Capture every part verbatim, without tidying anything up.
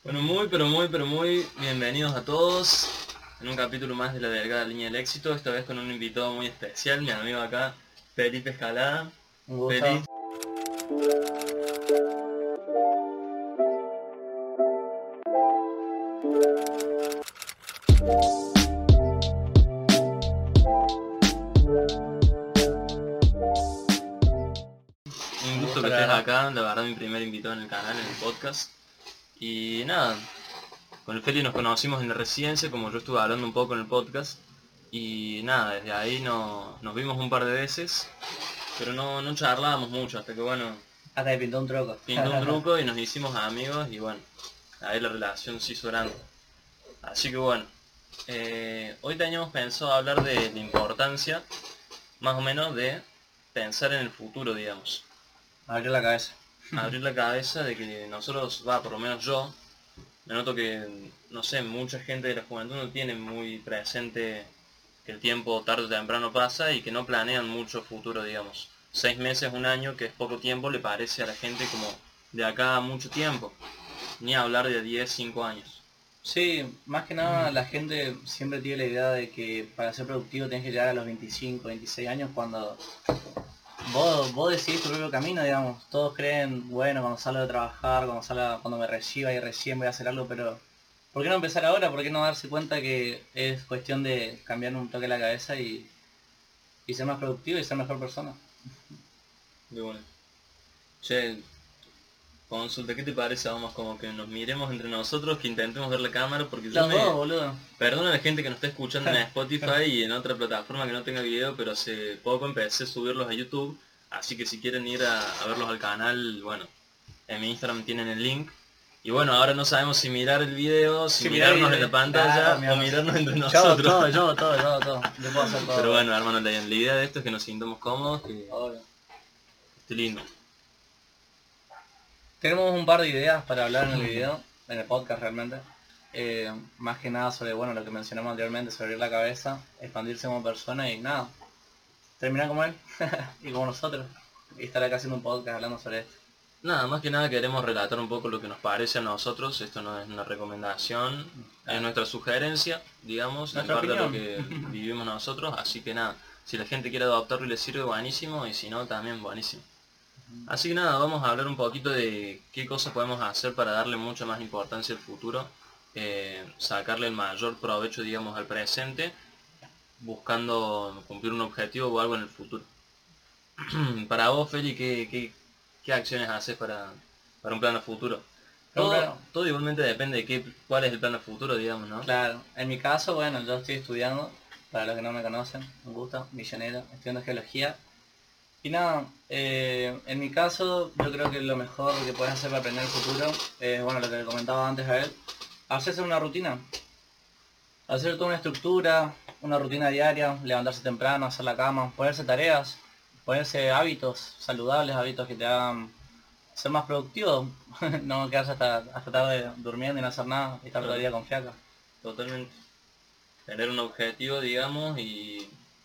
Bueno, muy, pero muy, pero muy bienvenidos a todos en un capítulo más de la delgada línea del éxito, esta vez con un invitado muy especial, mi amigo acá, Felipe Escalada. Un gusto. Feliz. Un Un gusto gusto, que la estés verdad. acá, la verdad mi primer invitado en el canal, en el podcast. Y nada, con el Feli nos conocimos en la residencia, como yo estuve hablando un poco en el podcast. Y nada, desde ahí no, nos vimos un par de veces, pero no, no charlábamos mucho, hasta que bueno, Hasta que pintó un truco. pintó un truco y nos hicimos amigos y bueno, ahí la relación se hizo grande. Así que bueno, eh, hoy teníamos pensado hablar de la importancia, más o menos, de pensar en el futuro, digamos. Abrió la cabeza. Abrir la cabeza de que nosotros, va, por lo menos yo, me noto que, no sé, mucha gente de la juventud no tiene muy presente que el tiempo tarde o temprano pasa y que no planean mucho futuro, digamos. Seis meses, un año, que es poco tiempo, le parece a la gente como de acá a mucho tiempo. Ni hablar de diez, cinco años. Sí, más que nada la gente siempre tiene la idea de que para ser productivo tenés que llegar a los veinticinco, veintiséis años cuando vos, vos decidís tu propio camino, digamos. Todos creen, bueno, cuando salgo de trabajar, cuando salga, cuando me reciba y recién voy a hacer algo, pero ¿por qué no empezar ahora? ¿Por qué no darse cuenta que es cuestión de cambiar un toque la cabeza y, y ser más productivo y ser mejor persona? De bueno. Che, consulta, ¿qué te parece? Vamos como que nos miremos entre nosotros, que intentemos ver la cámara, porque yo Los me... dos, boludo. Perdona a la gente que nos está escuchando en Spotify y en otra plataforma que no tenga video, pero hace poco empecé a subirlos a YouTube, así que si quieren ir a, a verlos al canal, bueno, en mi Instagram tienen el link. Y bueno, ahora no sabemos si mirar el video, si Sí, mirá mirarnos el en la video. pantalla Claro, o mirarnos. mirarnos entre Yo, nosotros. todo, yo, todo, yo, todo. Yo puedo hacer todo. Pero bueno, hermano, la, la idea de esto es que nos sintamos cómodos, que Obvio. esté lindo. Tenemos un par de ideas para hablar en el video, en el podcast realmente. Eh, más que nada sobre, bueno, lo que mencionamos anteriormente, sobre abrir la cabeza, expandirse como persona y nada. Terminar como él y como nosotros. Y estar acá haciendo un podcast hablando sobre esto. Nada, más que nada queremos relatar un poco lo que nos parece a nosotros, esto no es una recomendación, es nuestra sugerencia, digamos, en Nuestra parte de lo opinión. que vivimos nosotros, así que nada, si la gente quiere adoptarlo y le sirve, buenísimo, y si no, también buenísimo. Así que nada, vamos a hablar un poquito de qué cosas podemos hacer para darle mucha más importancia al futuro, eh, sacarle el mayor provecho, digamos, al presente, buscando cumplir un objetivo o algo en el futuro. Para vos, Feli, ¿qué, qué, qué acciones haces para, para un plan a futuro? Pero Todo, claro, todo igualmente depende de qué, cuál es el plan a futuro, digamos, ¿no? claro, en mi caso, bueno, yo estoy estudiando, para los que no me conocen, un gusto, millonero, estudiando geología. Y nada, eh, en mi caso yo creo que lo mejor que puedes hacer para aprender el futuro es, bueno, lo que le comentaba antes a él, hacerse una rutina. Hacer toda una estructura, una rutina diaria, levantarse temprano, hacer la cama, ponerse tareas, ponerse hábitos saludables, hábitos que te hagan ser más productivo, no quedarse hasta, hasta tarde durmiendo y no hacer nada y estar todo el día con fiaca. Totalmente. Tener un objetivo, digamos, y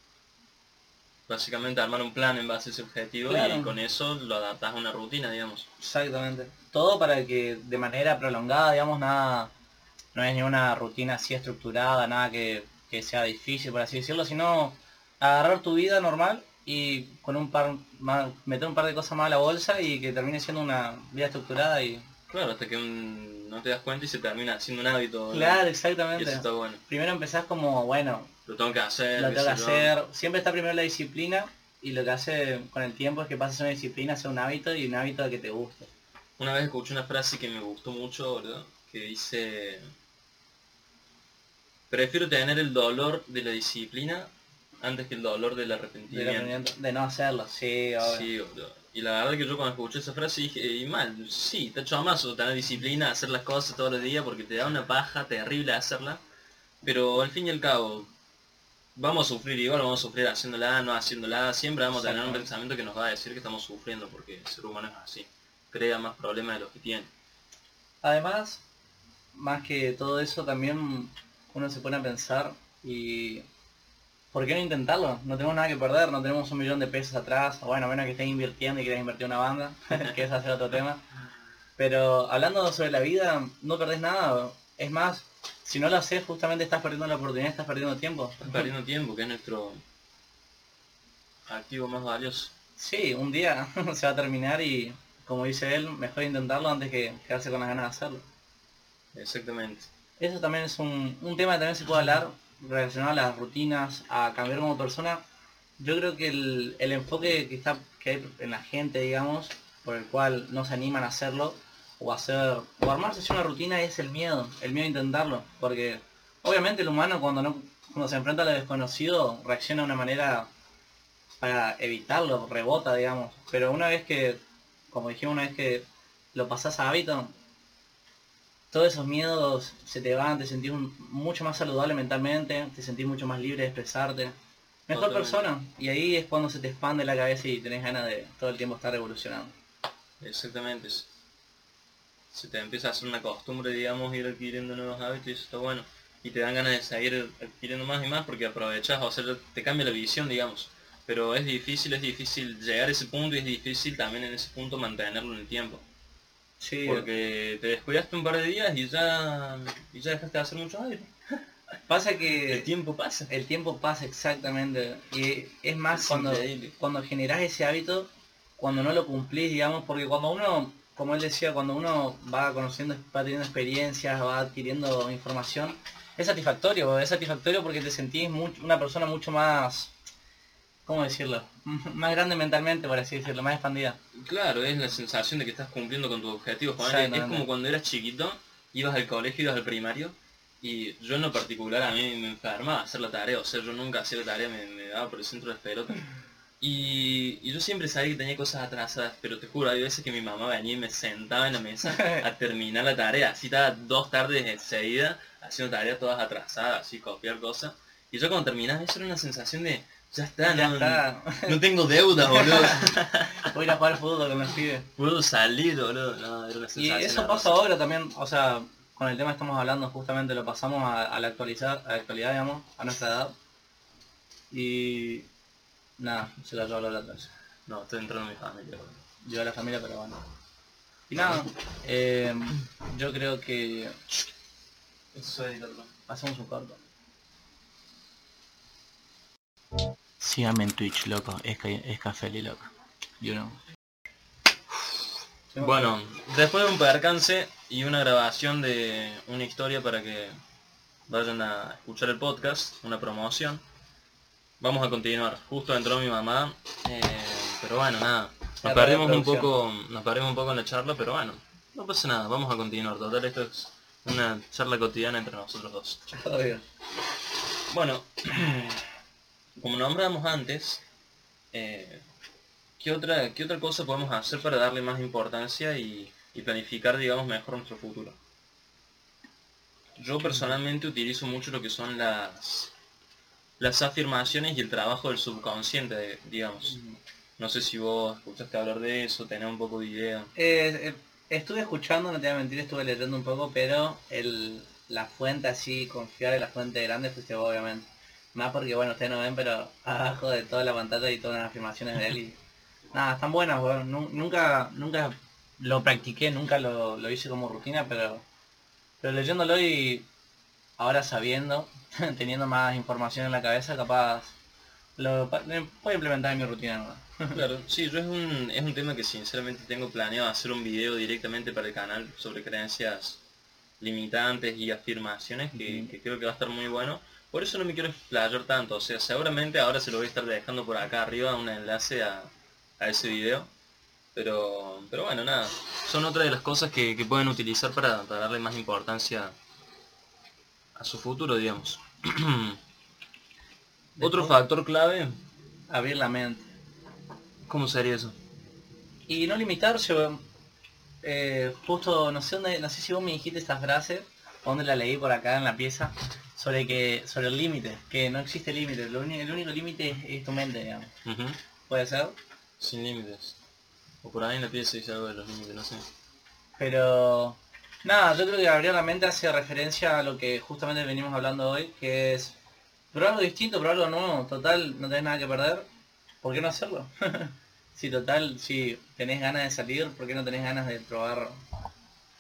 básicamente armar un plan en base a ese objetivo Claro. y con eso lo adaptás a una rutina, digamos. Exactamente. Todo para que de manera prolongada, digamos, nada, no es ni una rutina así estructurada, nada que, que sea difícil, por así decirlo, sino agarrar tu vida normal y con un par más, meter un par de cosas más a la bolsa y que termine siendo una vida estructurada y... Claro, hasta que un- no te das cuenta y se termina haciendo un hábito, ¿no? Claro, Y exactamente. eso está bueno. Primero empezás como, bueno, Lo tengo que hacer, lo qué tengo que sé yo. hacer. Siempre está primero la disciplina y lo que hace con el tiempo es que pases una disciplina a ser un hábito y un hábito que te guste. Una vez escuché una frase que me gustó mucho, ¿verdad? Que dice: prefiero tener el dolor de la disciplina antes que el dolor del Del arrepentimiento. aprendimiento, de no hacerlo, sí, obvio. Sí, boludo. Y la verdad que yo cuando escuché esa frase dije, y mal, sí, está hecho más tener disciplina, hacer las cosas todos los días porque te da una paja terrible hacerla. Pero al fin y al cabo, vamos a sufrir igual, vamos a sufrir haciéndola, no haciéndola, siempre vamos a tener un Exacto. pensamiento que nos va a decir que estamos sufriendo porque el ser humano es así, crea más problemas de los que tiene. Además, más que todo eso, también uno se pone a pensar y... ¿por qué no intentarlo? No tenemos nada que perder, no tenemos un millón de pesos atrás, o bueno, a menos que estés invirtiendo y quieras invertir en una banda, que es hacer otro tema. Pero hablando sobre la vida, no perdés nada. Es más, si no lo haces, justamente estás perdiendo la oportunidad, estás perdiendo tiempo. Estás perdiendo tiempo, que es nuestro activo más valioso. Sí, un día se va a terminar y, como dice él, mejor intentarlo antes que quedarse con las ganas de hacerlo. Exactamente. Eso también es un, un tema que también se puede hablar relacionado a las rutinas, a cambiar como persona. Yo creo que el, el enfoque que está que hay en la gente, digamos, por el cual no se animan a hacerlo, o hacer, o armarse así una rutina, es el miedo, el miedo a intentarlo. Porque obviamente el humano cuando no, cuando se enfrenta a lo desconocido, reacciona de una manera para evitarlo, rebota, digamos. Pero una vez que, como dijimos, una vez que lo pasás a hábito, todos esos miedos se te van, te sentís un- mucho más saludable mentalmente, te sentís mucho más libre de expresarte. Mejor Totalmente. persona. Y ahí es cuando se te expande la cabeza y tenés ganas de todo el tiempo estar evolucionando. Exactamente. Se se te empieza a hacer una costumbre, digamos, ir adquiriendo nuevos hábitos y eso está bueno. Y te dan ganas de seguir adquiriendo más y más porque aprovechas, o sea, te cambia la visión, digamos. Pero es difícil, es difícil llegar a ese punto y es difícil también en ese punto mantenerlo en el tiempo. Sí, Porque te descuidaste un par de días y ya, y ya dejaste de hacer muchos hábitos. pasa que El tiempo pasa. el tiempo pasa exactamente. Y es más Es cuando, increíble. cuando generás ese hábito, cuando no lo cumplís, digamos, porque cuando uno, como él decía, cuando uno va conociendo, va teniendo experiencias, va adquiriendo información, es satisfactorio, es satisfactorio porque te sentís mucho, una persona mucho más, ¿cómo decirlo? Más grande mentalmente, por así decirlo, más expandida. Claro, es la sensación de que estás cumpliendo con tus objetivos. Ponele, es Exactamente. como cuando eras chiquito, ibas al colegio, ibas al primario, y yo en lo particular a mí me enfermaba hacer la tarea, o sea, yo nunca hacía la tarea, me, me daba por el centro de pelota. Y, y yo siempre sabía que tenía cosas atrasadas, pero te juro, hay veces que mi mamá venía y me sentaba en la mesa a terminar la tarea, así estaba dos tardes enseguida, haciendo tareas todas atrasadas, así copiar cosas. Y yo cuando terminaba eso era una sensación de, ya está, Ya no, está. no tengo deuda, boludo. Voy a ir a jugar fútbol con los pibes. Puedo salir, boludo. No, era una Y sensación eso pasa hermosa. ahora también, o sea, con el tema que estamos hablando, justamente lo pasamos a, a la actualizar, a la actualidad, digamos, a nuestra edad. Y nada, se la llevo la plata. No, estoy entrando en mi familia, boludo. Yo a la familia, pero bueno. Y nada, eh, yo creo que Eso es editarlo. hacemos un corto. Síganme en Twitch, loco, es, es Café loco. You know. Bueno, después de un percance y una grabación de una historia para que vayan a escuchar el podcast, una promoción, vamos a continuar. Justo entró mi mamá, eh, pero bueno, nada. Nos Error de perdimos un producción. poco, nos perdimos un poco en la charla, pero bueno, no pasa nada, vamos a continuar. Total, esto es una charla cotidiana entre nosotros dos. Obvio. Bueno, como nombramos antes, eh, ¿qué otra, ¿qué otra cosa podemos hacer para darle más importancia y, y planificar, digamos, mejor nuestro futuro? Yo personalmente utilizo mucho lo que son las, las afirmaciones y el trabajo del subconsciente, digamos. No sé si vos escuchaste hablar de eso, tenés un poco de idea. Eh, eh, estuve escuchando, no te voy a mentir, estuve leyendo un poco, pero el, la fuente así, confiable, la fuente grande fuiste vos, obviamente. Más porque, bueno, ustedes no ven, pero abajo de toda la pantalla y todas las afirmaciones de él y... Nada, están buenas, weón. Nu- Nunca, nunca lo practiqué, nunca lo, lo hice como rutina, pero, pero leyéndolo y ahora sabiendo, teniendo más información en la cabeza, capaz lo pa- lo puedo implementar en mi rutina nueva. Claro, sí, yo es un, es un tema que sinceramente tengo planeado hacer un video directamente para el canal sobre creencias limitantes y afirmaciones que, Ujú. que creo que va a estar muy bueno. Por eso no me quiero explayar tanto, o sea, seguramente ahora se lo voy a estar dejando por acá arriba un enlace a, a ese video. Pero, pero bueno, nada, son otra de las cosas que, que pueden utilizar para, para darle más importancia a su futuro, digamos. Otro Después, factor clave, abrir la mente. ¿cómo sería eso? Y no limitarse, weón. Eh, justo, no sé dónde, no sé si vos me dijiste esta frase, o dónde la leí por acá en la pieza, sobre que, sobre el límite, que no existe límite, lo único, el único límite es, es tu mente, digamos. Ujú. ¿Puede ser? Sin límites. O por ahí en la pieza dice algo de los límites, no sé. Pero nada, yo creo que abrir la mente hace referencia a lo que justamente venimos hablando hoy, que es probar algo distinto, probar algo nuevo, total, no tenés nada que perder, ¿por qué no hacerlo? Si total, si tenés ganas de salir, ¿por qué no tenés ganas de probar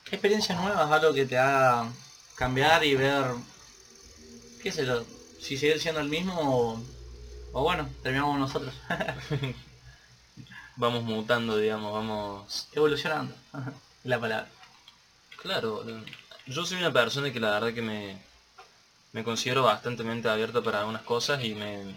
experiencias nuevas, algo que te haga cambiar y ver, qué sé yo, si sigue siendo el mismo o, o bueno, terminamos nosotros. Vamos mutando, digamos, vamos... Evolucionando, la palabra. Claro, yo soy una persona que la verdad que me, me considero bastante abierta para algunas cosas y me...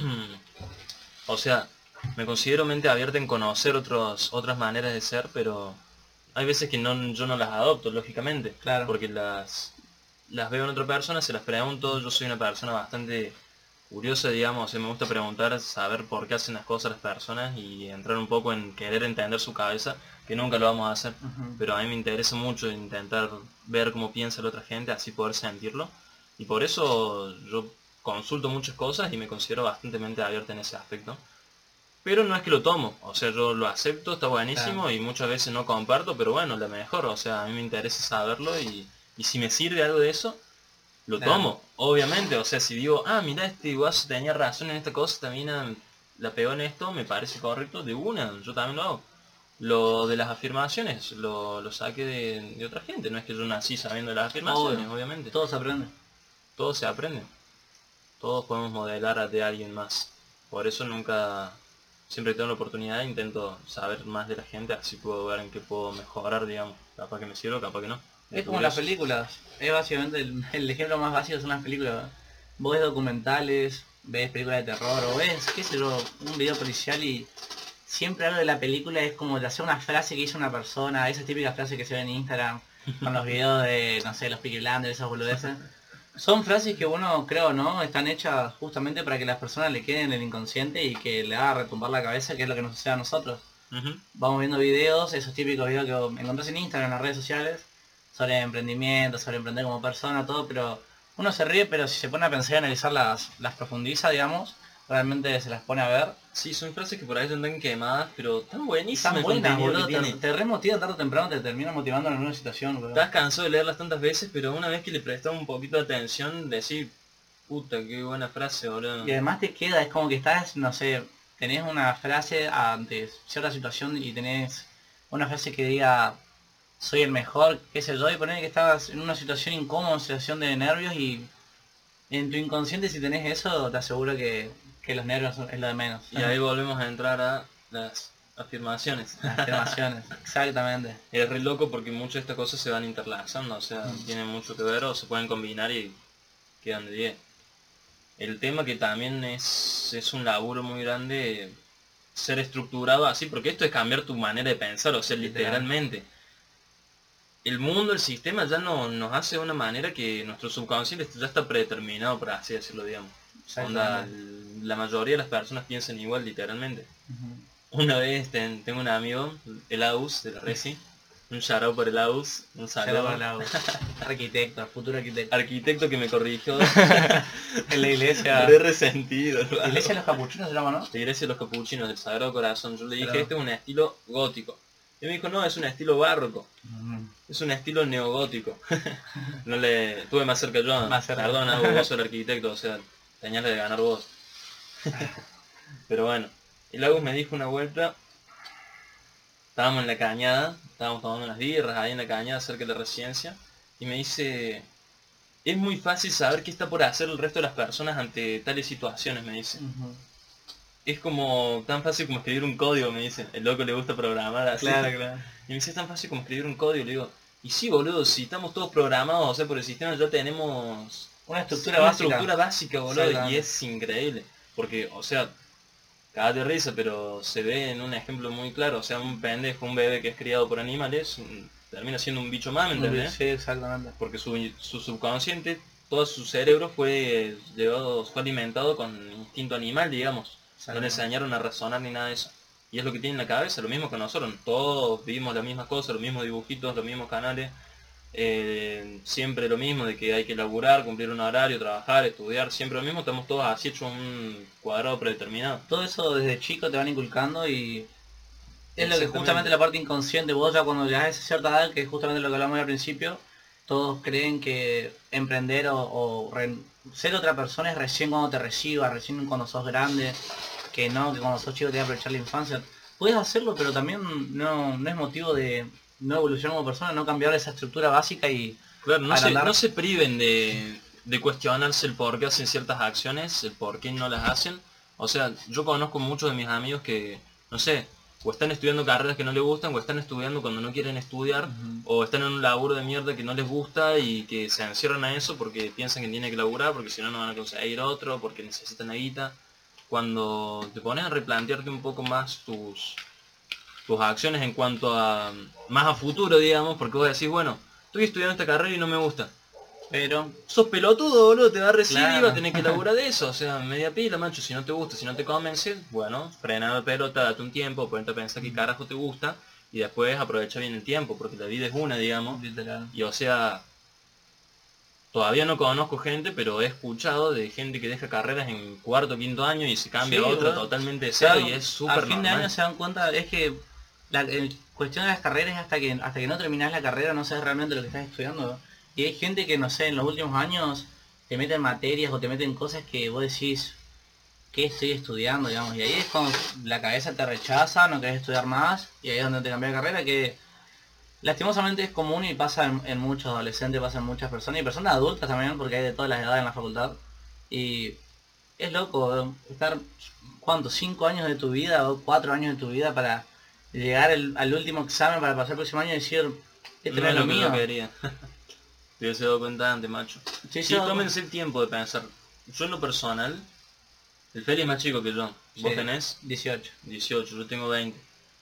o sea, me considero mente abierta en conocer otros, otras maneras de ser, pero hay veces que no, yo no las adopto, lógicamente. Claro. Porque las, las veo en otra persona, se las pregunto, yo soy una persona bastante curiosa, digamos, o sea, me gusta preguntar, saber por qué hacen las cosas las personas y entrar un poco en querer entender su cabeza, que nunca lo vamos a hacer, Uh-huh. pero a mí me interesa mucho intentar ver cómo piensa la otra gente, así poder sentirlo, y por eso yo consulto muchas cosas y me considero bastante mente abierta en ese aspecto. Pero no es que lo tomo, o sea, yo lo acepto, está buenísimo, Claro. y muchas veces no comparto, pero bueno, lo mejor, o sea, a mí me interesa saberlo y, y si me sirve algo de eso, lo Claro. tomo, obviamente, o sea, si digo, ah, mira, este guaso tenía razón en esta cosa, también ah, la pegó en esto, me parece correcto, de una, yo también lo hago. Lo de las afirmaciones, lo, lo saqué de, de otra gente, no es que yo nací sabiendo de las afirmaciones, Obvio. obviamente. Todo se aprende. Todo se aprende. Todos podemos modelar a de alguien más. Por eso nunca, siempre que tengo la oportunidad, intento saber más de la gente, así puedo ver en qué puedo mejorar, digamos. Capaz que me sirve, capaz que no. Es como las películas. Es básicamente el, el ejemplo más básico son las películas. Vos ves documentales, ves películas de terror o ves, qué sé yo, un video policial y siempre algo de la película es como de hacer una frase que hizo una persona, esas típicas frases que se ven en Instagram con los videos de, no sé, los Peaky Blinders, esas boludeces. Son frases que uno, creo, ¿no? Están hechas justamente para que las personas le queden en el inconsciente y que le haga retumbar la cabeza, que es lo que nos sucede a nosotros. Uh-huh. Vamos viendo videos, esos típicos videos que encontrás en Instagram, en las redes sociales, sobre emprendimiento, sobre emprender como persona, todo, pero uno se ríe, pero si se pone a pensar y analizar las, las profundiza, digamos, realmente se las pone a ver. Sí, son frases que por ahí andan quemadas, pero tan buenísimas. Están buenas, boludo, te, te remotivan tarde o temprano, te termina motivando en alguna situación, boludo. Estás cansado de leerlas tantas veces, pero una vez que le prestas un poquito de atención, decís, puta, qué buena frase, boludo. Y además te queda, es como que estás, no sé, tenés una frase ante cierta situación y tenés una frase que diga, soy el mejor, qué sé yo, y poner que estabas en una situación incómoda, una situación de nervios y en tu inconsciente si tenés eso, te aseguro que, que los nervios es lo de menos. Y ahí volvemos a entrar a las afirmaciones. Las afirmaciones, exactamente. Es re loco porque muchas de estas cosas se van interlazando, o sea, mm. tienen mucho que ver o se pueden combinar y quedan de diez. El tema que también es, es un laburo muy grande ser estructurado así, porque esto es cambiar tu manera de pensar, o sea, literalmente. El mundo, el sistema ya no, nos hace de una manera que nuestro subconsciente ya está predeterminado, por así decirlo, digamos. Onda, la mayoría de las personas piensan igual, literalmente. Uh-huh. Una vez ten, tengo un amigo, el Aus, de la Resi, un shoutout por el Aus, un saludo. Arquitecto, futuro arquitecto. Arquitecto que me corrigió. En la iglesia. Re resentido. La iglesia de los capuchinos se llama, ¿no? La iglesia de los capuchinos, del Sagrado Corazón. Yo le dije, claro, este es un estilo gótico. Y me dijo, no, es un estilo barroco. Uh-huh. Es un estilo neogótico. No le... Tuve más cerca yo. Más cerca. Perdona, vos sos el arquitecto, o sea, tenías de ganar vos. Pero bueno. El Agus me dijo una vuelta. Estábamos en la cañada, estábamos tomando unas birras ahí en la cañada cerca de la residencia. Y me dice, es muy fácil saber qué está por hacer el resto de las personas ante tales situaciones, me dice. Uh-huh. Es como tan fácil como escribir un código, me dice. El loco le gusta programar así. Claro, claro. Y me dice, es tan fácil como escribir un código. Le digo, y sí, boludo, si estamos todos programados, o sea, por el sistema ya tenemos una estructura una básica. estructura básica, boludo, y es increíble. Porque, o sea, cagate de risa, pero se ve en un ejemplo muy claro. O sea, un pendejo, un bebé que es criado por animales, termina siendo un bicho más, ¿me entendés? Sí, exactamente. Porque su, su subconsciente, todo su cerebro fue, llevado, fue alimentado con instinto animal, digamos. No le enseñaron a razonar ni nada de eso. Y es lo que tiene en la cabeza, lo mismo que nosotros. Todos vivimos las mismas cosas, los mismos dibujitos, los mismos canales. Eh, siempre lo mismo, de que hay que laburar, cumplir un horario, trabajar, estudiar. Siempre lo mismo, estamos todos así hechos un cuadrado predeterminado. Todo eso desde chico te van inculcando y es lo que justamente la parte inconsciente. Vos ya cuando llegas a esa cierta edad, que es justamente lo que hablamos al principio, todos creen que emprender o, o re, ser otra persona es recién cuando te recibas, recién cuando sos grande. Que no, que cuando sos chico te vas a aprovechar la infancia. Puedes hacerlo, pero también no, no es motivo de, no evolucionar como persona, no cambiar esa estructura básica y... Claro, no se, agrandar. no se priven de, de cuestionarse el por qué hacen ciertas acciones, el por qué no las hacen. O sea, yo conozco muchos de mis amigos que, no sé, o están estudiando carreras que no les gustan, o están estudiando cuando no quieren estudiar, Ujú. o están en un laburo de mierda que no les gusta y que se encierran a eso porque piensan que tienen que laburar, porque si no no van a conseguir otro, porque necesitan la guita. Cuando te pones a replantearte un poco más tus, tus acciones en cuanto a más a futuro, digamos, porque vos decís, bueno, estoy estudiando esta carrera y no me gusta. Pero... Sos pelotudo, boludo, te va a recibir Claro. y va a tener que laburar de eso. O sea, media pila, macho, si no te gusta, si no te convence, bueno, frena la pelota, date un tiempo, ponete a pensar qué carajo te gusta y después aprovecha bien el tiempo, porque la vida es una, digamos. Literal. Y o sea, todavía no conozco gente, pero he escuchado de gente que deja carreras en cuarto o quinto año y se cambia Sí, a otra bueno. totalmente de cero Claro, y es a súper fin de normal. año se dan cuenta, es que la el- cuestión de las carreras es hasta que hasta que no terminás la carrera no sabes realmente lo que estás estudiando, ¿no? Y hay gente que, no sé, en los últimos años te meten materias o te meten cosas que vos decís, ¿qué estoy estudiando? Digamos, y ahí es cuando la cabeza te rechaza, no querés estudiar más, y ahí es donde te cambia de carrera, que lastimosamente es común y pasa en, en muchos adolescentes, pasa en muchas personas, y personas adultas también, porque hay de todas las edades en la facultad. Y es loco, ¿no? Estar, ¿cuánto? ¿Cinco años de tu vida o cuatro años de tu vida para llegar el- al último examen para pasar el próximo año y decir, este no, No es es lo lo que mío? yo quería. Te hubiese dado cuenta antes, macho. Sí, Sí, yo- tómense el tiempo de pensar. Yo en lo personal, el Feli es más chico que yo. Vos Sí, tenés dieciocho. dieciocho, yo tengo veinte.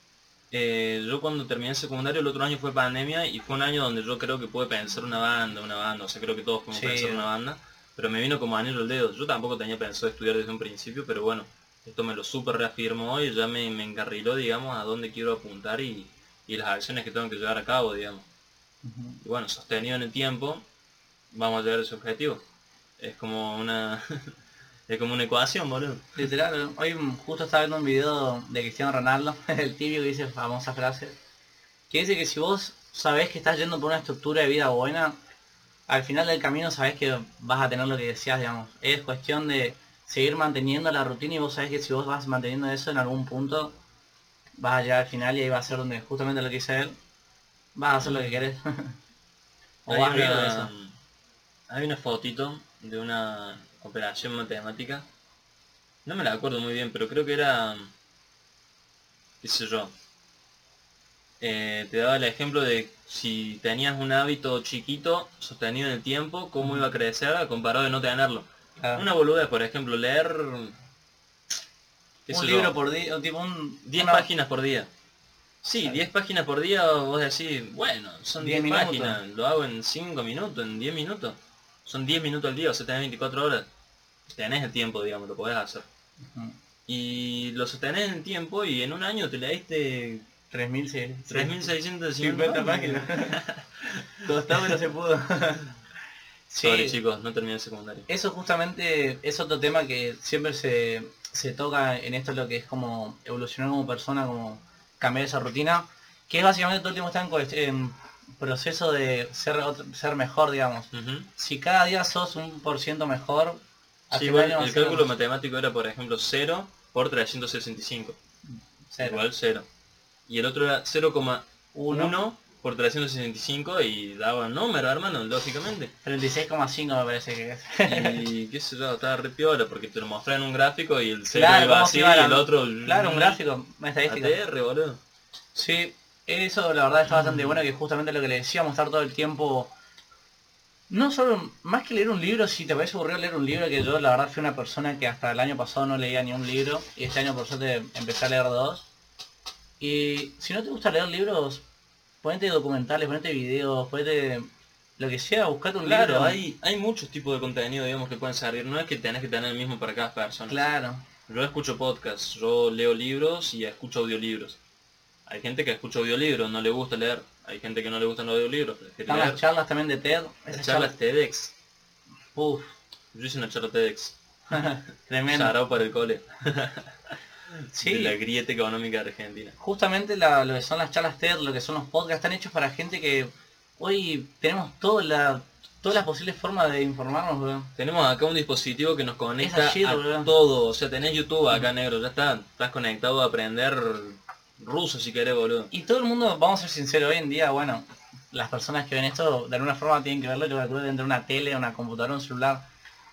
Eh, yo cuando terminé el secundario el otro año fue pandemia y fue un año donde yo creo que pude pensar una banda, una banda, o sea, creo que todos podemos Sí. pensar una banda, pero me vino como anillo al dedo. Yo tampoco tenía pensado estudiar desde un principio, pero bueno, esto me lo súper reafirmó y ya me, me encarriló, digamos, a dónde quiero apuntar y, y las acciones que tengo que llevar a cabo, digamos. Ujú. Y bueno, sostenido en el tiempo, vamos a llegar a ese objetivo. Es como una... es como una ecuación, boludo. Literal, hoy justo estaba viendo un video de Cristiano Ronaldo, el tibio que dice famosa frase, que dice que si vos sabés que estás yendo por una estructura de vida buena, al final del camino sabés que vas a tener lo que deseas, digamos. Es cuestión de seguir manteniendo la rutina y vos sabés que si vos vas manteniendo eso en algún punto, vas a llegar al final y ahí va a ser donde justamente lo que dice él, vas a hacer lo que querés. o Hay vas bien de una, eso. hay una fotito de una operación matemática. No me la acuerdo muy bien, pero creo que era... qué sé yo. Eh, te daba el ejemplo de si tenías un hábito chiquito, sostenido en el tiempo, cómo iba a crecer a comparado de no tenerlo. Claro. Una boludez, por ejemplo, leer... qué sé Un yo, libro por día, o tipo un... diez una- páginas por día. Sí, Claro. diez páginas por día, vos decís, bueno, son diez diez minutos. páginas, lo hago en cinco minutos, en diez minutos. Son diez minutos al día, o sea, tenés veinticuatro horas. Tenés el tiempo, digamos, lo podés hacer. Ujú. Y lo sostenés en el tiempo y en un año te leíste tres mil sí. tres mil seiscientos cincuenta páginas. Costó pero se pudo. Sí, Sorry chicos, no terminé el secundario. eso justamente es otro tema que siempre se, se toca en esto, lo que es como evolucionar como persona, como cambiar esa rutina, que es básicamente todo el tiempo estar en, cuest- en proceso de ser otro- ser mejor, digamos. Ujú. Si cada día sos un por ciento mejor, al Sí, final igual no va a el ser cálculo matemático era, por ejemplo, cero por trescientos sesenta y cinco. cero. Igual cero. Y el otro era cero coma Uno. uno por trescientos sesenta y cinco y daba número, hermano, lógicamente. treinta y seis coma cinco me parece que es. Y qué sé yo, estaba re piola porque te lo mostraba en un gráfico y el cero Claro, iba cómo así se iba y la- el otro... Claro, un gráfico, una estadística. A T R, boludo. Sí, eso la verdad está bastante bueno, que justamente lo que le decíamos, estar todo el tiempo... No solo, más que leer un libro, si te parece aburrido leer un libro, que yo la verdad fui una persona que hasta el año pasado no leía ni un libro, y este año por suerte empecé a leer dos. Y si no te gusta leer libros, ponete documentales, ponete videos, ponete lo que sea, buscate un Claro, libro. hay, hay muchos tipos de contenido, digamos, que pueden salir. No es que tenés que tener el mismo para cada persona. Claro, Yo escucho podcasts, yo leo libros y escucho audiolibros. Hay gente que escucha audiolibros, no le gusta leer. Hay gente que no le gustan los audiolibros, prefiere están leer. las charlas también de TED, Las esas charlas TEDx. Uf, Yo hice una charla TEDx. tremendo. Sarao para el cole. Sí. De la grieta económica argentina. Justamente la- lo que son las charlas TED, lo que son los podcasts, están hechos para gente que hoy tenemos toda la, todas las posibles formas de informarnos, weón. Tenemos acá un dispositivo que nos conecta Esa shit, a boludo. todo. O sea, tenés YouTube acá, negro, ya está. Estás conectado a aprender ruso si querés, boludo. Y todo el mundo, vamos a ser sinceros, hoy en día, bueno, las personas que ven esto de alguna forma tienen que verlo, yo calculo dentro de una tele, una computadora, un celular.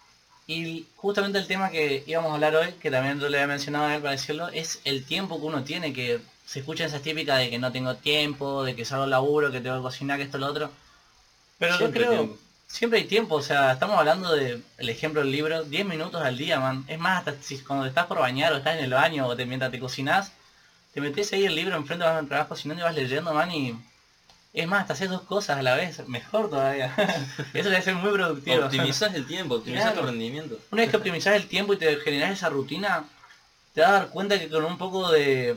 Y justamente el tema que íbamos a hablar hoy, que también yo le había mencionado a él para decirlo, es el tiempo que uno tiene, que se escucha esas típicas de que no tengo tiempo, de que salgo al laburo, que tengo que cocinar, que esto, lo otro. Pero Siempre yo creo, tiempo. siempre hay tiempo, o sea, estamos hablando del ejemplo del libro, diez minutos al día, man. Es más, hasta si cuando te estás por bañar o estás en el baño o te, mientras te cocinás, te metes ahí el libro enfrente mientras vas cocinando y vas leyendo, man, y... Es más, hasta haces dos cosas a la vez, mejor todavía. Eso debe ser muy productivo. Optimizás el tiempo, optimizás Claro. tu rendimiento. Una vez que optimizás el tiempo y te generás esa rutina, te vas a dar cuenta que con un poco de,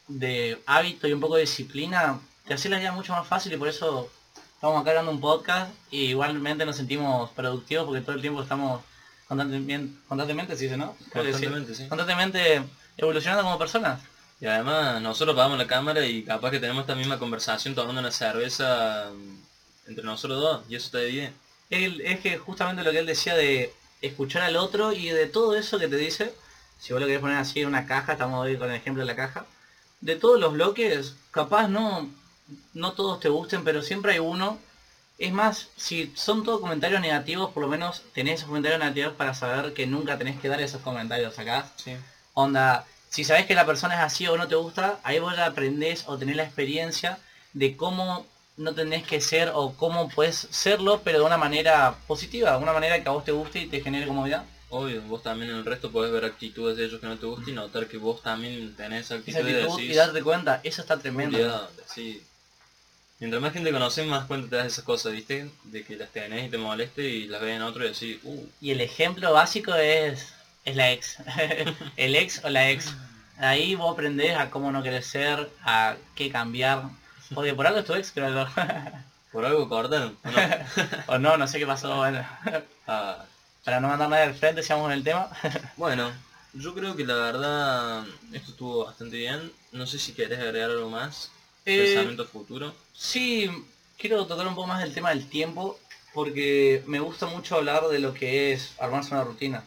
de hábito y un poco de disciplina, te hace la vida mucho más fácil y por eso estamos acá grabando un podcast y igualmente nos sentimos productivos porque todo el tiempo estamos constantemente, constantemente ¿sí, no? Constantemente, sí. Constantemente evolucionando como personas. Y además nosotros pagamos la cámara y capaz que tenemos esta misma conversación tomando una cerveza entre nosotros dos, y eso está de bien. Él, es que justamente lo que él decía de escuchar al otro y de todo eso que te dice, si vos lo querés poner así en una caja, estamos hoy con el ejemplo de la caja, de todos los bloques, capaz no, no todos te gusten, pero siempre hay uno. Es más, si son todos comentarios negativos, por lo menos tenés esos comentarios negativos para saber que nunca tenés que dar esos comentarios acá. Sí. Onda, si sabés que la persona es así o no te gusta, ahí vos ya aprendés o tenés la experiencia de cómo no tenés que ser o cómo puedes serlo, pero de una manera positiva, de una manera que a vos te guste y te genere comodidad. Obvio, vos también en el resto podés ver actitudes de ellos que no te gustan y notar que vos también tenés esa actitud, Esa actitud de y darte cuenta, eso está tremendo. Julián, sí. Mientras más gente conoces, más cuenta te das de esas cosas, ¿viste? De que las tenés y te moleste y las ves en otro y así, uh. Y el ejemplo básico es, es la ex. El ex o la ex. Ahí vos aprendés a cómo no querer ser, a qué cambiar. Porque por algo es tu ex, creo. ¿Por algo cortaron? ¿O no? O no, no sé qué pasó. Bueno. Ah, Para no mandar nadie al frente, sigamos en el tema. bueno, yo creo que la verdad esto estuvo bastante bien. No sé si querés agregar algo más. Eh, Pensamiento futuro. Sí, quiero tocar un poco más del tema del tiempo, porque me gusta mucho hablar de lo que es armarse una rutina.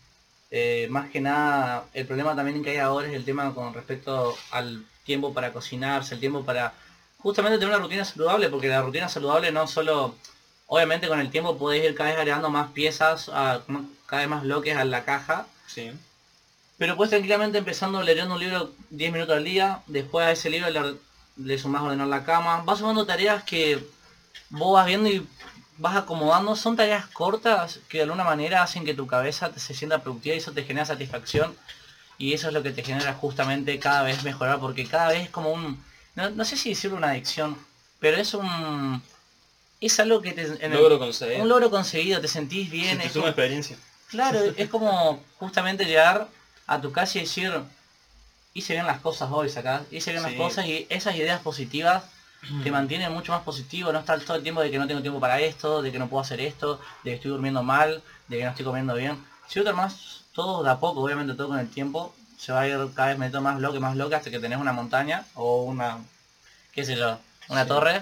Eh, más que nada, el problema también que hay ahora es el tema con respecto al tiempo para cocinarse, el tiempo para justamente tener una rutina saludable, porque la rutina saludable no solo, obviamente con el tiempo podés ir cada vez agregando más piezas, a, cada vez más bloques a la caja, Sí. pero puedes tranquilamente empezando leyendo un libro diez minutos al día, después a ese libro le, le sumás a ordenar la cama, vas sumando tareas que vos vas viendo y vas acomodando, son tareas cortas que de alguna manera hacen que tu cabeza te, se sienta productiva y eso te genera satisfacción y eso es lo que te genera justamente cada vez mejorar porque cada vez es como un, no, no sé si decirlo una adicción, pero es un, es algo que te, en el- Logro conseguido. un logro conseguido, te sentís bien, Se te es suma como- experiencia. claro, es como justamente llegar a tu casa y decir, hice bien las cosas hoy, sacás, hice bien Sí. las cosas y esas ideas positivas te mantienen mucho más positivo, no estar todo el tiempo de que no tengo tiempo para esto, de que no puedo hacer esto, de que estoy durmiendo mal, de que no estoy comiendo bien. Si tú más todo de a poco, obviamente todo con el tiempo, se va a ir cada vez metiendo más bloque, más bloque hasta que tenés una montaña o una, qué sé yo, una Sí. torre.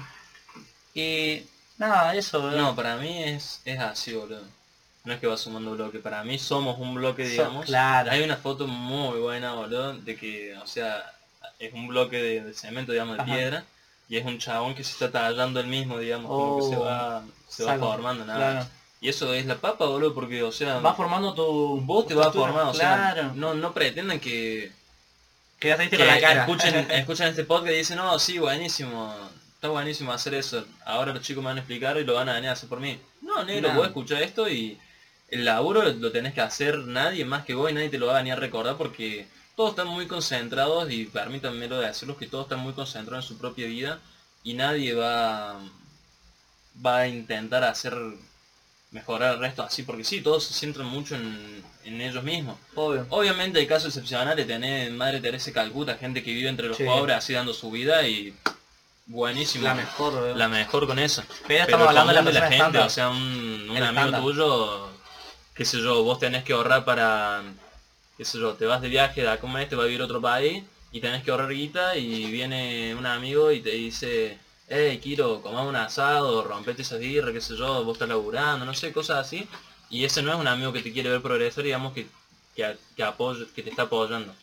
Y nada, eso, boludo. No, para mí es, es así, boludo. No es que va sumando bloque, para mí somos un bloque, So- digamos. claro. Hay una foto muy buena, boludo, de que, o sea, es un bloque de, de cemento, digamos, de Ajá. piedra, y es un chabón que se está tallando el mismo, digamos, como que se Oh, va, se va saco, formando, nada. claro. Y eso es la papa, boludo, porque, o sea, Va formando tu... vos te tu vas postura, formando, o sea, claro. no, no pretendan que, Que ya te diste que con la cara. escuchen, escuchen este podcast y dicen, no, sí, buenísimo, está buenísimo hacer eso, ahora los chicos me van a explicar y lo van a venir a hacer por mí. No, negro, No. vos escuchás esto y el laburo lo tenés que hacer nadie más que vos y nadie te lo va a venir a recordar porque todos están muy concentrados y permítanme lo de decirlo, que todos están muy concentrados en su propia vida y nadie va, va a intentar hacer mejorar el resto así porque sí, todos se centran mucho en, en ellos mismos. Obvio. Obviamente hay casos excepcionales, tenés Madre Teresa de Calcuta, gente que vive entre los Sí. pobres así dando su vida y buenísimo. La mejor, boludo. La mejor con eso. Pero ya estamos el hablando de la común persona gente, estándar. o sea, un, un El amigo estándar. tuyo, qué sé yo, vos tenés que ahorrar para, qué sé yo, te vas de viaje de acá un mes, te vas a vivir a otro país y tenés que ahorrar guita y viene un amigo y te dice, hey, Kiro, comamos un asado, rompete esas birras, qué sé yo, vos estás laburando, no sé, cosas así. Y ese no es un amigo que te quiere ver progresar, digamos, que, que, que, apoya- que te está apoyando.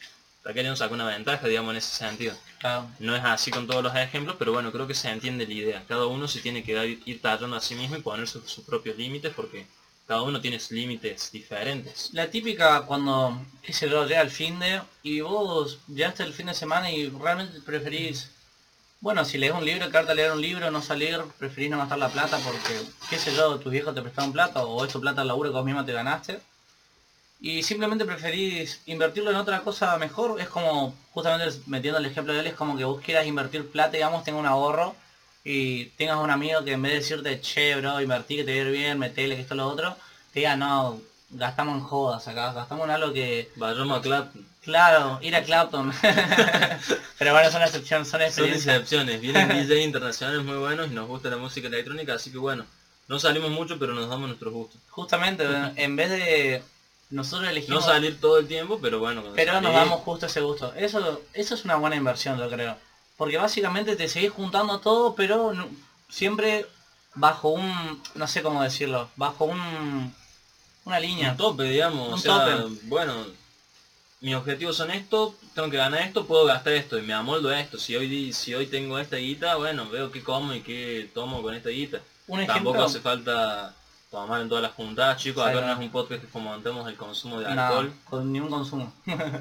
Raquel nos sacó una ventaja, digamos, en ese sentido. Claro. No es así con todos los ejemplos, pero bueno, creo que se entiende la idea. Cada uno se tiene que dar, ir tallando a sí mismo y poner sus, sus propios límites, porque cada uno tiene límites diferentes. La típica cuando, qué sé yo, llega el fin de y vos llegaste el fin de semana y realmente preferís, bueno, si lees un libro, quedarte a leer un libro, no salir, preferís no gastar la plata porque, qué sé yo, tus viejos te prestaron plata o es tu plata al laburo que vos misma te ganaste. Y simplemente preferís invertirlo en otra cosa mejor. Es como, justamente metiendo el ejemplo de él, es como que vos quieras invertir plata, digamos, tengas un ahorro y tengas un amigo que en vez de decirte, che, bro, invertí, que te va a ir bien, metele, que esto lo otro, te diga, no, gastamos en jodas acá, gastamos en algo que... Vayamos a Clapton. Claro, ir a Clapton. Pero bueno, son excepciones, son Son experiencias. excepciones, vienen D Js internacionales muy buenos y nos gusta la música electrónica, así que bueno, no salimos mucho, pero nos damos nuestros gustos. Justamente, en vez de... Nosotros elegimos... No salir todo el tiempo, pero bueno. Pero salir... nos damos justo ese gusto. Eso eso es una buena inversión, yo creo. Porque básicamente te seguís juntando todo, pero no, siempre bajo un... No sé cómo decirlo. Bajo un... Una línea. Un tope, digamos. Un o sea, tope. bueno, mis objetivos son estos, tengo que ganar esto, puedo gastar esto y me amoldo a esto. Si hoy si hoy tengo esta guita, bueno, veo qué como y qué tomo con esta guita. Un ejemplo... Tampoco hace falta... tomar en todas las juntadas, chicos, acá sí, no es un podcast que fomentemos el consumo de alcohol. No, con ningún consumo.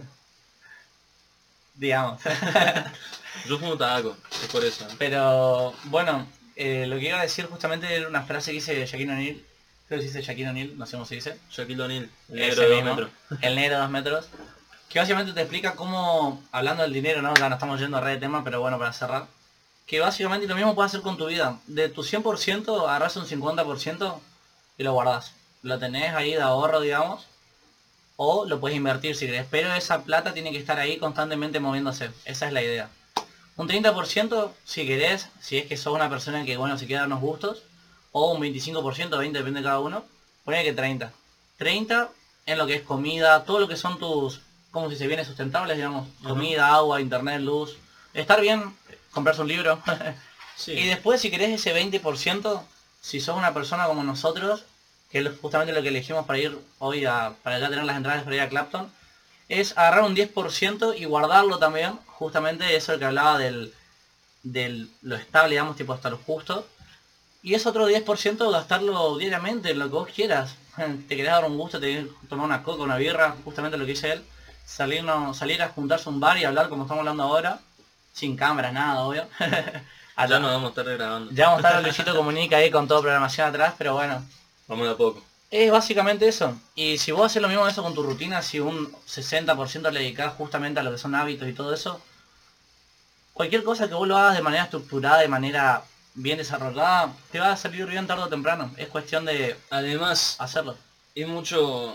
Digamos. Yo fumo tabaco, es por eso. ¿eh? Pero, bueno, eh, lo que iba a decir justamente era una frase que dice Shaquille O'Neal. Creo que se dice Shaquille O'Neal, no sé cómo se dice. Shaquille O'Neal, el Ese negro de dos mismo, metros. El negro de dos metros. Que básicamente te explica cómo, hablando del dinero, ¿no? Ya no estamos yendo a red de tema, pero bueno, para cerrar. Que básicamente lo mismo puedes hacer con tu vida. De tu cien por ciento agarras un cincuenta por ciento y lo guardás. Lo tenés ahí de ahorro, digamos. O lo puedes invertir si querés. Pero esa plata tiene que estar ahí constantemente moviéndose. Esa es la idea. Un treinta por ciento si querés, si es que sos una persona que, bueno, se quiere dar unos gustos. O un veinticinco por ciento, veinte por ciento depende de cada uno. Ponele que treinta. treinta en lo que es comida, todo lo que son tus, como si se viene sustentables, digamos. Uh-huh. Comida, agua, internet, luz. Estar bien, comprarse un libro. Sí. Y después si querés ese veinte por ciento, si sos una persona como nosotros, que es justamente lo que elegimos para ir hoy a, para ya tener las entradas para ir a Clapton, es agarrar un diez por ciento y guardarlo también, justamente eso que hablaba del, del lo estable, digamos, tipo hasta lo justo. Y ese otro diez por ciento gastarlo diariamente en lo que vos quieras. Te querés dar un gusto, te querés tomar una coca, una birra, justamente lo que dice él. Salir, no, salir a juntarse a un bar y hablar como estamos hablando ahora. Sin cámaras, nada, obvio. Ya nos vamos a estar grabando. Ya vamos a estar Luisito Comunica ahí con toda programación atrás, pero bueno. Vamos de a poco. Es básicamente eso. Y si vos haces lo mismo eso con tu rutina, si un sesenta por ciento le dedicás justamente a lo que son hábitos y todo eso, cualquier cosa que vos lo hagas de manera estructurada, de manera bien desarrollada, te va a salir bien tarde o temprano. Es cuestión de Además, hacerlo. es mucho...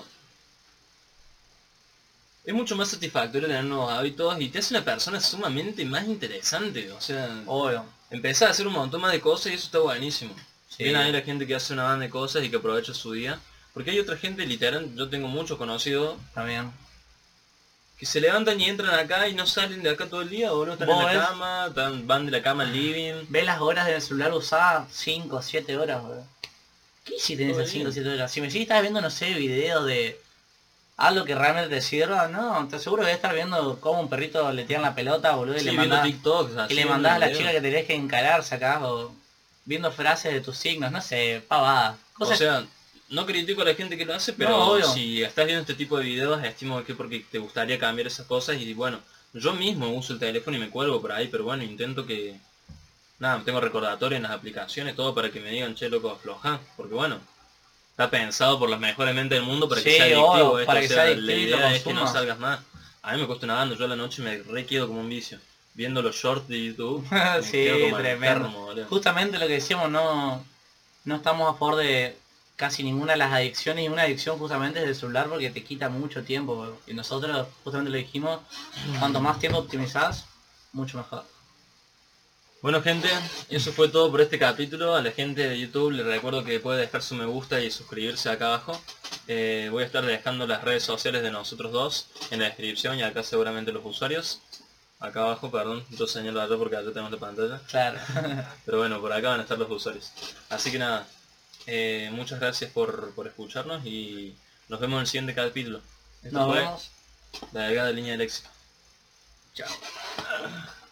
Es mucho más satisfactorio tener nuevos hábitos y te hace una persona sumamente más interesante. O sea, Obvio. empezás a hacer un montón más de cosas y eso está buenísimo. Sí. Bien, hay la gente que hace una banda de cosas y que aprovecha su día. Porque hay otra gente, literal, yo tengo muchos conocidos, También. que se levantan y entran acá y no salen de acá todo el día, o no están en ¿Vos la ves? cama, están- van de la cama al living. Ve las horas del celular usadas, cinco, siete horas, bro. ¿Qué hiciste en Todo esas el cinco, día. siete horas? Si me decís que estás viendo, no sé, videos de algo que realmente te sirva, no, te aseguro que voy a estar viendo cómo un perrito le tiran la pelota, boludo, y Sí, le viendo mandás, TikToks, y así, le viendo mandás a la videos. chica que tenés que encarar, sacás, o viendo frases de tus signos, no sé, pavadas. Cosas... O sea, no critico a la gente que lo hace, pero No, obvio. si estás viendo este tipo de videos, estimo que porque te gustaría cambiar esas cosas y bueno, yo mismo uso el teléfono y me cuelgo por ahí, pero bueno, intento que... Nada, tengo recordatorio en las aplicaciones, todo para que me digan, che, loco, afloja, porque bueno, está pensado por las mejores mentes del mundo para que Sí, sea adictivo obvio, esto, para o que sea, sea la adictivo y lo idea es que no consumas. salgas más. A mí me cuesta una banda, yo a la noche me re quedo como un vicio. Viendo los shorts de YouTube, me Sí, quedo como tremendo. enfermo, boludo. Justamente lo que decíamos, no, no estamos a favor de casi ninguna de las adicciones, y una adicción justamente es el celular porque te quita mucho tiempo, bro. Y nosotros justamente lo dijimos, cuanto más tiempo optimizás, mucho mejor. Bueno gente, eso fue todo por este capítulo. A la gente de YouTube les recuerdo que puede dejar su me gusta y suscribirse acá abajo. Eh, voy a estar dejando las redes sociales de nosotros dos en la descripción y acá seguramente los usuarios. Acá abajo, perdón, yo señalo allá porque allá tenemos la pantalla. Claro. Pero bueno, por acá van a estar los usuarios. Así que nada, eh, muchas gracias por, por escucharnos y nos vemos en el siguiente capítulo. Esto Nos fue vemos. La delgada línea del éxito. Chao.